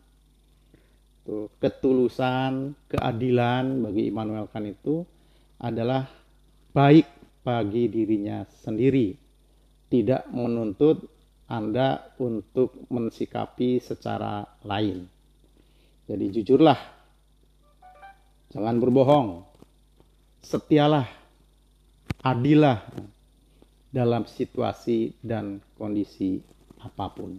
ketulusan, keadilan bagi Immanuel Kant itu adalah baik bagi dirinya sendiri, tidak menuntut Anda untuk mensikapi secara lain. Jadi jujurlah, jangan berbohong, setialah, adillah dalam situasi dan kondisi apapun.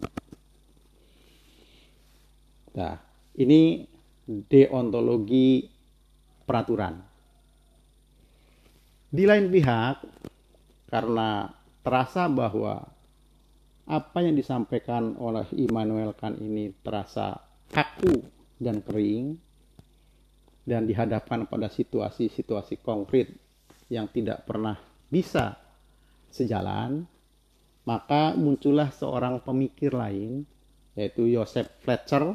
Nah, ini deontologi peraturan. Di lain pihak, karena terasa bahwa apa yang disampaikan oleh Immanuel Kant ini terasa kaku dan kering, dan dihadapkan pada situasi-situasi konkret yang tidak pernah bisa sejalan, maka muncullah seorang pemikir lain, yaitu Joseph Fletcher,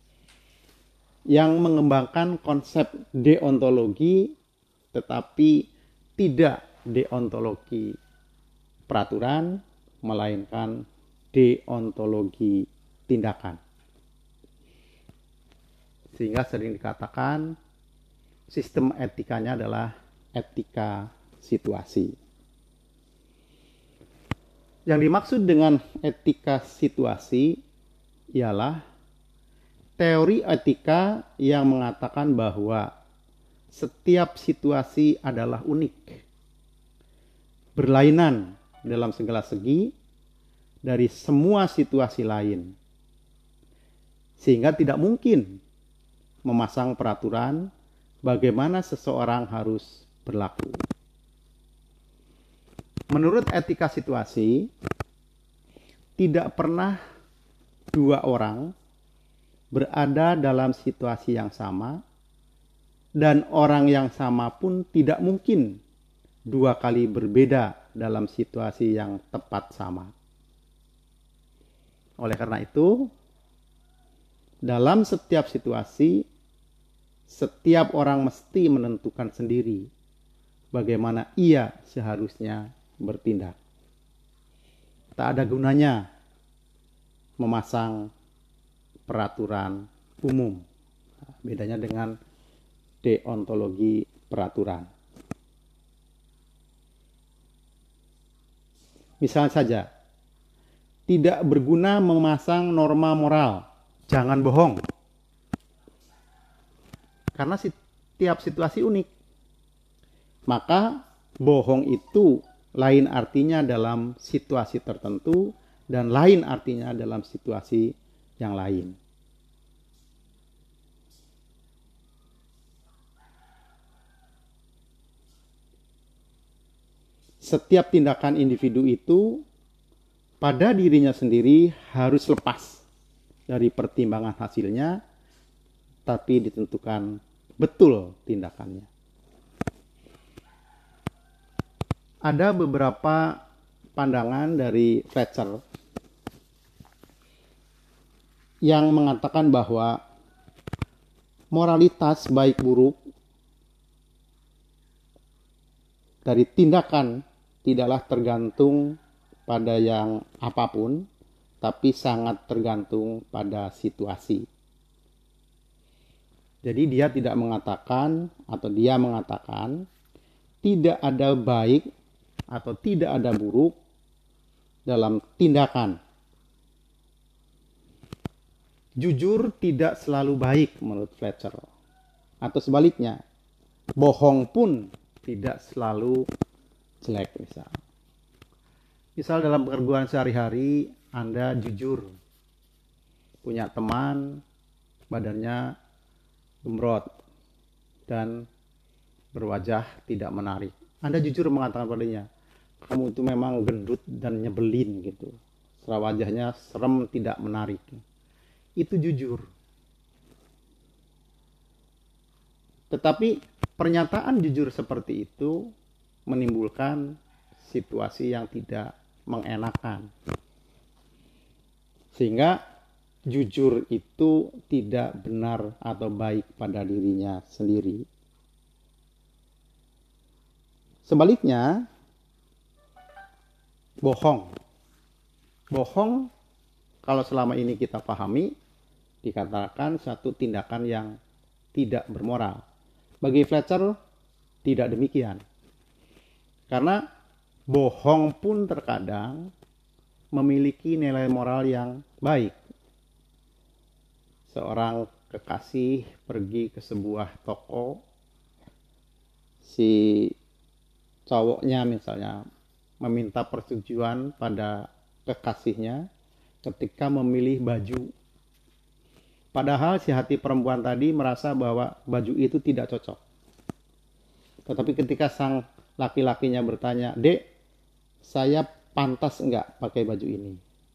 yang mengembangkan konsep deontologi tetapi tidak deontologi peraturan, melainkan deontologi tindakan. Sehingga sering dikatakan sistem etikanya adalah etika situasi. Yang dimaksud dengan etika situasi ialah teori etika yang mengatakan bahwa setiap situasi adalah unik, berlainan dalam segala segi dari semua situasi lain, sehingga tidak mungkin memasang peraturan bagaimana seseorang harus berlaku. Menurut etika situasi, tidak pernah dua orang berada dalam situasi yang sama, dan orang yang sama pun tidak mungkin dua kali berbeda dalam situasi yang tepat sama. Oleh karena itu, dalam setiap situasi, setiap orang mesti menentukan sendiri bagaimana ia seharusnya bertindak. Tak ada gunanya memasang peraturan umum. Bedanya dengan deontologi peraturan. Misalnya saja, tidak berguna memasang norma moral, jangan bohong. Karena setiap situasi unik. Maka bohong itu lain artinya dalam situasi tertentu dan lain artinya dalam situasi yang lain. Setiap tindakan individu itu pada dirinya sendiri harus lepas dari pertimbangan hasilnya, tapi ditentukan betul tindakannya. Ada beberapa pandangan dari Fletcher yang mengatakan bahwa moralitas baik buruk dari tindakan tidaklah tergantung pada yang apapun, tapi sangat tergantung pada situasi. Jadi dia tidak mengatakan atau dia mengatakan tidak ada baik atau tidak ada buruk dalam tindakan. Jujur tidak selalu baik menurut Fletcher. Atau sebaliknya, bohong pun tidak selalu jelek misal. Misal dalam pekerjaan sehari-hari Anda jujur, punya teman, badannya gembrot dan berwajah tidak menarik. Anda jujur mengatakan padanya, kamu itu memang gendut dan nyebelin gitu. Serta wajahnya serem, tidak menarik. Itu jujur. Tetapi pernyataan jujur seperti itu menimbulkan situasi yang tidak mengenakan. Sehingga jujur itu tidak benar atau baik pada dirinya sendiri. Sebaliknya, bohong. Bohong, kalau selama ini kita pahami, dikatakan satu tindakan yang tidak bermoral. Bagi Fletcher, tidak demikian. Karena bohong pun terkadang memiliki nilai moral yang baik. Seorang kekasih pergi ke sebuah toko, si cowoknya misalnya meminta persetujuan pada kekasihnya ketika memilih baju. Padahal si hati perempuan tadi merasa bahwa baju itu tidak cocok. Tetapi ketika sang laki-lakinya bertanya, "Dek, saya pantas enggak pakai baju ini?"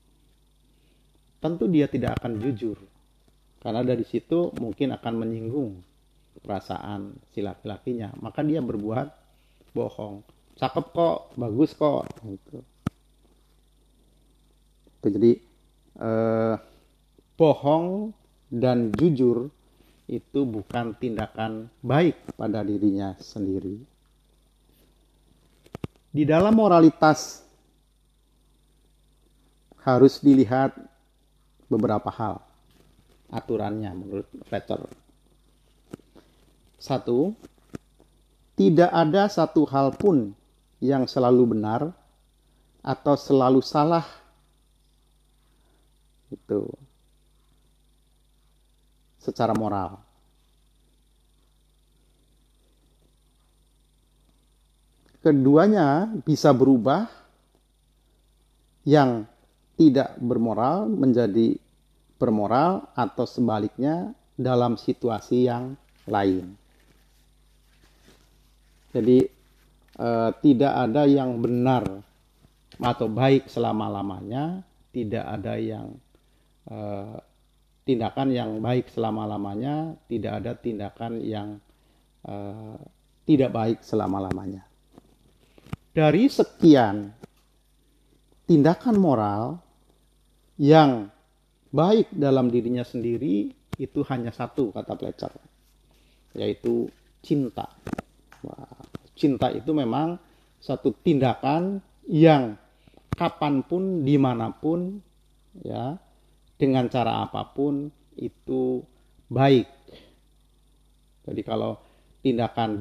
Tentu dia tidak akan jujur. Karena dari situ mungkin akan menyinggung perasaan si laki-lakinya. Maka dia berbuat bohong. Cakep kok, bagus kok. Gitu. Jadi eh, bohong dan jujur itu bukan tindakan baik pada dirinya sendiri. Di dalam moralitas harus dilihat beberapa hal aturannya menurut Fletcher. Satu, tidak ada satu hal pun yang selalu benar atau selalu salah. Itu secara moral. Keduanya bisa berubah, yang tidak bermoral menjadi bermoral atau sebaliknya dalam situasi yang lain. Jadi eh, tidak ada yang benar atau baik selama-lamanya, tidak ada yang eh, tindakan yang baik selama-lamanya, tidak ada tindakan yang eh, tidak baik selama-lamanya. Dari sekian tindakan moral yang baik dalam dirinya sendiri, itu hanya satu kata Fletcher, yaitu cinta. Wah, cinta itu memang satu tindakan yang kapanpun, dimanapun, ya, dengan cara apapun itu baik. Jadi kalau tindakan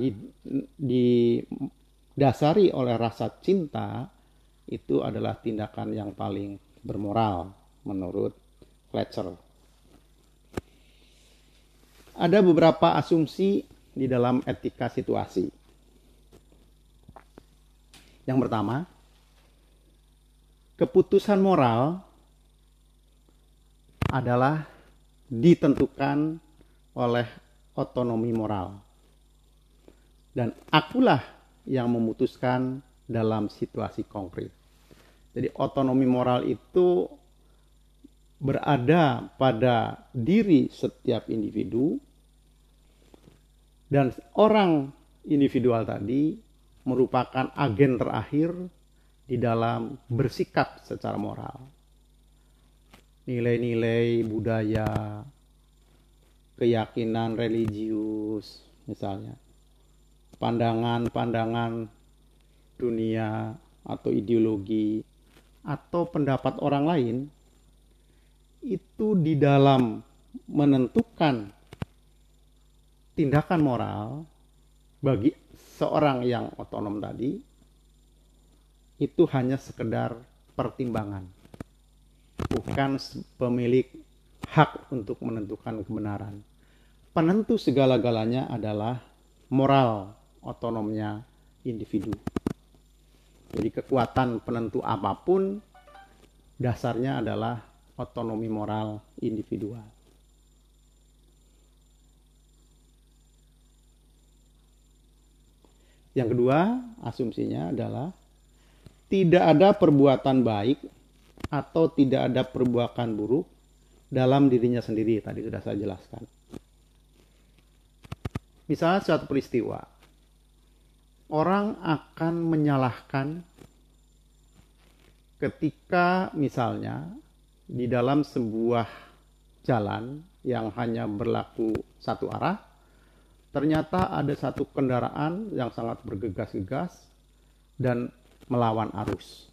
didasari oleh rasa cinta, itu adalah tindakan yang paling bermoral menurut Fletcher. Ada beberapa asumsi di dalam etika situasi. Yang pertama, keputusan moral adalah ditentukan oleh otonomi moral. Dan akulah yang memutuskan dalam situasi konkret. Jadi otonomi moral itu berada pada diri setiap individu, dan orang individual tadi merupakan agen terakhir di dalam bersikap secara moral. Nilai-nilai budaya, keyakinan religius misalnya, pandangan-pandangan dunia atau ideologi atau pendapat orang lain, itu di dalam menentukan tindakan moral bagi seorang yang otonom tadi, itu hanya sekedar pertimbangan, bukan pemilik hak untuk menentukan kebenaran. Penentu segala-galanya adalah moral otonomnya individu. Jadi kekuatan penentu apapun dasarnya adalah otonomi moral individual. Yang kedua, asumsinya adalah tidak ada perbuatan baik atau tidak ada perbuatan buruk dalam dirinya sendiri. Tadi sudah saya jelaskan. Misalnya suatu peristiwa, orang akan menyalahkan ketika misalnya di dalam sebuah jalan yang hanya berlaku satu arah, ternyata ada satu kendaraan yang sangat bergegas-gegas dan melawan arus.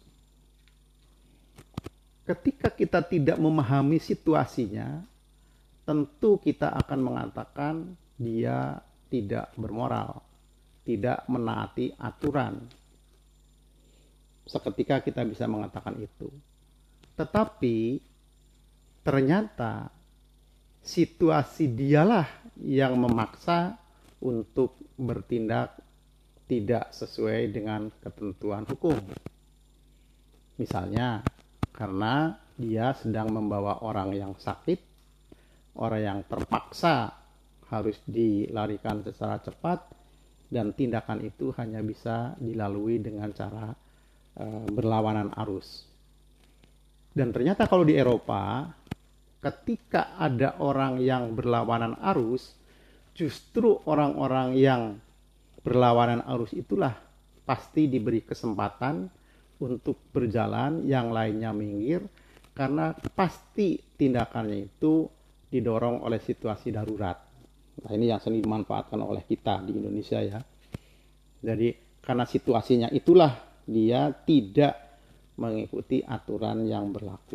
Ketika kita tidak memahami situasinya, tentu kita akan mengatakan dia tidak bermoral, tidak menaati aturan. Seketika kita bisa mengatakan itu. Tetapi ternyata situasi dialah yang memaksa untuk bertindak tidak sesuai dengan ketentuan hukum. Misalnya, karena dia sedang membawa orang yang sakit, orang yang terpaksa harus dilarikan secara cepat, dan tindakan itu hanya bisa dilalui dengan cara e, berlawanan arus. Dan ternyata kalau di Eropa, ketika ada orang yang berlawanan arus, justru orang-orang yang berlawanan arus itulah pasti diberi kesempatan untuk berjalan, yang lainnya minggir, karena pasti tindakannya itu didorong oleh situasi darurat. Nah, ini yang sering dimanfaatkan oleh kita di Indonesia ya. Jadi karena situasinya itulah dia tidak mengikuti aturan yang berlaku.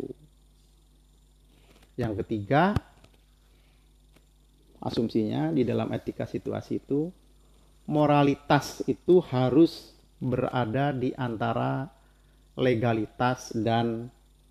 Yang ketiga, asumsinya di dalam etika situasi itu, moralitas itu harus berada di antara legalitas dan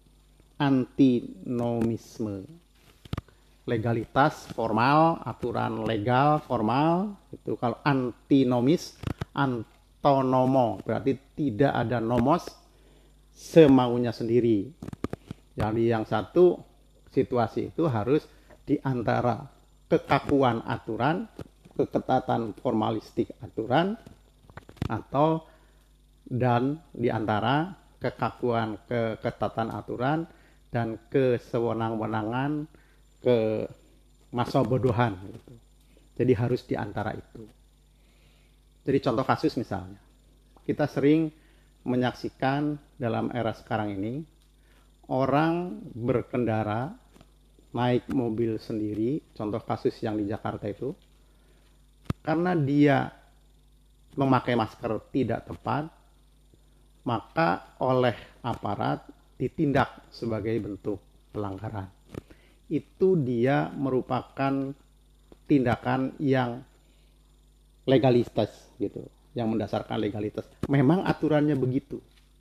antinomisme. Legalitas formal, aturan legal formal, itu kalau antinomis, antonomo, berarti tidak ada nomos, semaunya sendiri. Jadi yang satu, situasi itu harus di antara kekakuan aturan, keketatan formalistik aturan, atau dan di antara kekakuan keketatan aturan dan kesewenang-wenangan, ke masa bodohan gitu. Jadi harus di antara itu. Jadi contoh kasus misalnya, kita sering menyaksikan dalam era sekarang ini, orang berkendara naik mobil sendiri, contoh kasus yang di Jakarta itu, karena dia memakai masker tidak tepat, maka oleh aparat ditindak sebagai bentuk pelanggaran. Itu dia merupakan tindakan yang legalitas gitu, yang mendasarkan legalitas. Memang aturannya begitu.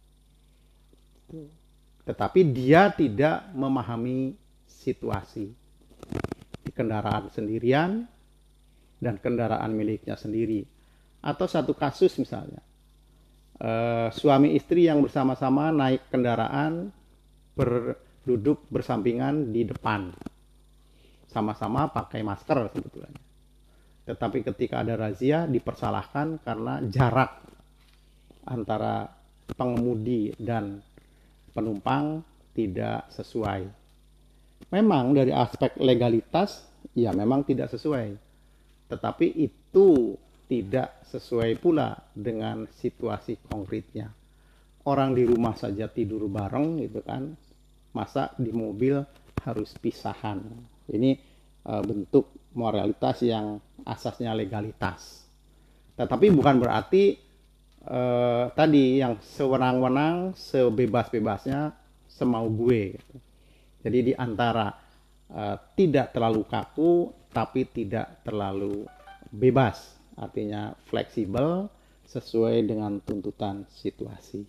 Tetapi dia tidak memahami situasi. Di kendaraan sendirian dan kendaraan miliknya sendiri. Atau satu kasus misalnya, eh, suami istri yang bersama-sama naik kendaraan ber duduk bersampingan di depan, sama-sama pakai masker sebetulnya. Tetapi ketika ada razia dipersalahkan karena jarak antara pengemudi dan penumpang tidak sesuai. Memang dari aspek legalitas, ya memang tidak sesuai. Tetapi itu tidak sesuai pula dengan situasi konkretnya. orang di rumah saja tidur bareng gitu kan, masa di mobil harus pisahan. Ini e, bentuk moralitas yang asasnya legalitas. Tetapi bukan berarti e, tadi yang sewenang-wenang, sebebas-bebasnya, semau gue gitu. Jadi di antara e, tidak terlalu kaku tapi tidak terlalu bebas, artinya fleksibel sesuai dengan tuntutan situasi.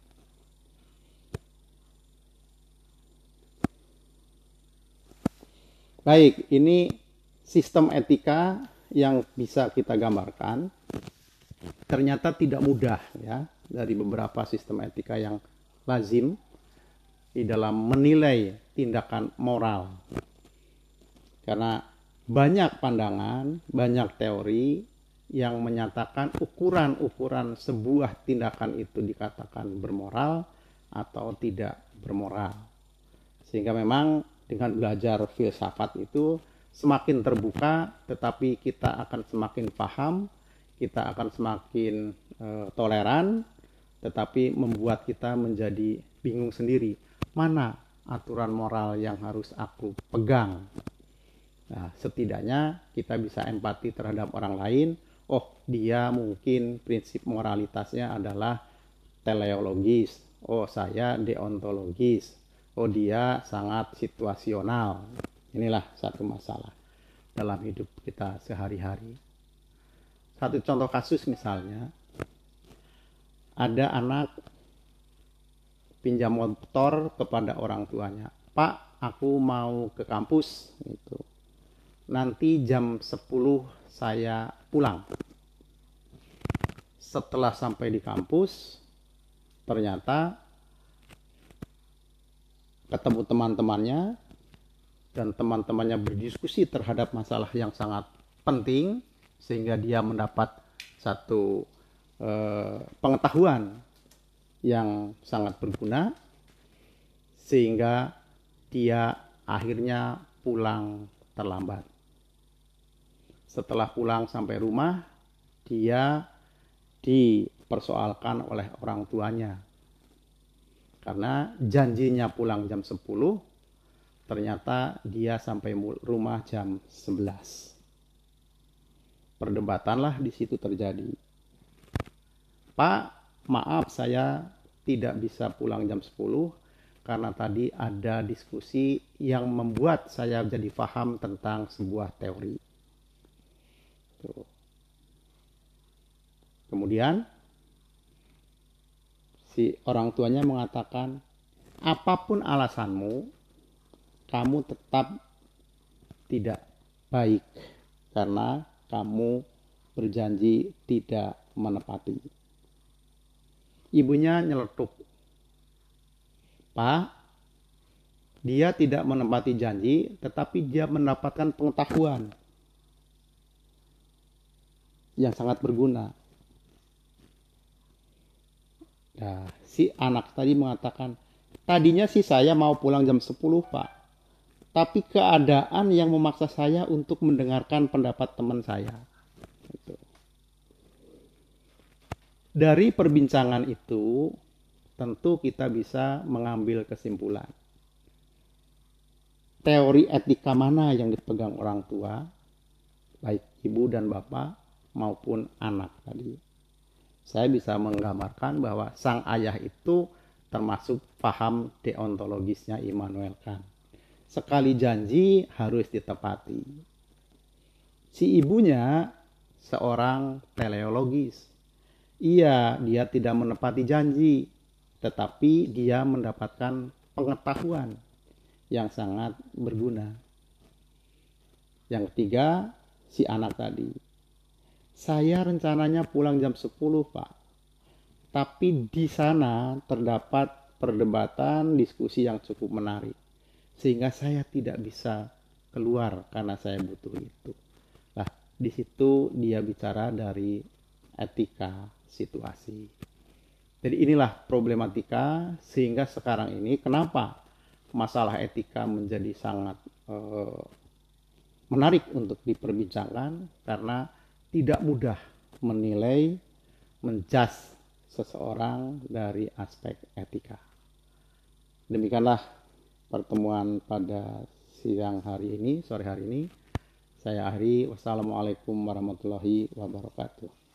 Baik, ini sistem etika yang bisa kita gambarkan. Ternyata tidak mudah ya, dari beberapa sistem etika yang lazim di dalam menilai tindakan moral. Karena banyak pandangan, banyak teori yang menyatakan ukuran-ukuran sebuah tindakan itu dikatakan bermoral atau tidak bermoral. Sehingga memang dengan belajar filsafat itu semakin terbuka, tetapi kita akan semakin paham, kita akan semakin e, toleran, tetapi membuat kita menjadi bingung sendiri. Mana aturan moral yang harus aku pegang? Nah, setidaknya kita bisa empati terhadap orang lain. Oh, dia mungkin prinsip moralitasnya adalah teleologis. Oh, saya deontologis. Oh, dia sangat situasional. Inilah satu masalah dalam hidup kita sehari-hari. Satu contoh kasus misalnya, ada anak pinjam motor kepada orang tuanya. Pak, aku mau ke kampus. Gitu. Nanti jam sepuluh saya pulang. Setelah sampai di kampus, ternyata ketemu teman-temannya, dan teman-temannya berdiskusi terhadap masalah yang sangat penting, sehingga dia mendapat satu eh, pengetahuan yang sangat berguna, sehingga dia akhirnya pulang terlambat. Setelah pulang sampai rumah, dia dipersoalkan oleh orang tuanya. Karena janjinya pulang jam sepuluh, ternyata dia sampai rumah jam sebelas. Perdebatanlah di situ terjadi. Pak, maaf saya tidak bisa pulang jam sepuluh karena tadi ada diskusi yang membuat saya jadi paham tentang sebuah teori. Tuh. Kemudian si orang tuanya mengatakan, apapun alasanmu, kamu tetap tidak baik karena kamu berjanji tidak menepati. Ibunya nyeletuk, Pak, dia tidak menepati janji, tetapi dia mendapatkan pengetahuan yang sangat berguna. Nah, si anak tadi mengatakan, tadinya sih saya mau pulang jam sepuluh, Pak. Tapi keadaan yang memaksa saya untuk mendengarkan pendapat teman saya. Gitu. Dari perbincangan itu, tentu kita bisa mengambil kesimpulan. Teori etika mana yang dipegang orang tua, baik ibu dan bapak, maupun anak tadi. Saya bisa menggambarkan bahwa sang ayah itu termasuk paham deontologisnya Immanuel Kant. Sekali janji harus ditepati. Si ibunya seorang teleologis. Iya, dia tidak menepati janji, tetapi dia mendapatkan pengetahuan yang sangat berguna. Yang ketiga, si anak tadi. Saya rencananya pulang jam sepuluh, Pak. Tapi di sana terdapat perdebatan, diskusi yang cukup menarik. Sehingga saya tidak bisa keluar karena saya butuh itu. Nah, di situ dia bicara dari etika situasi. Jadi inilah problematika, sehingga sekarang ini kenapa masalah etika menjadi sangat eh, menarik untuk diperbincangkan, karena tidak mudah menilai, menjudge seseorang dari aspek etika. Demikianlah pertemuan pada siang hari ini, sore hari ini. Saya akhiri. Wassalamualaikum warahmatullahi wabarakatuh.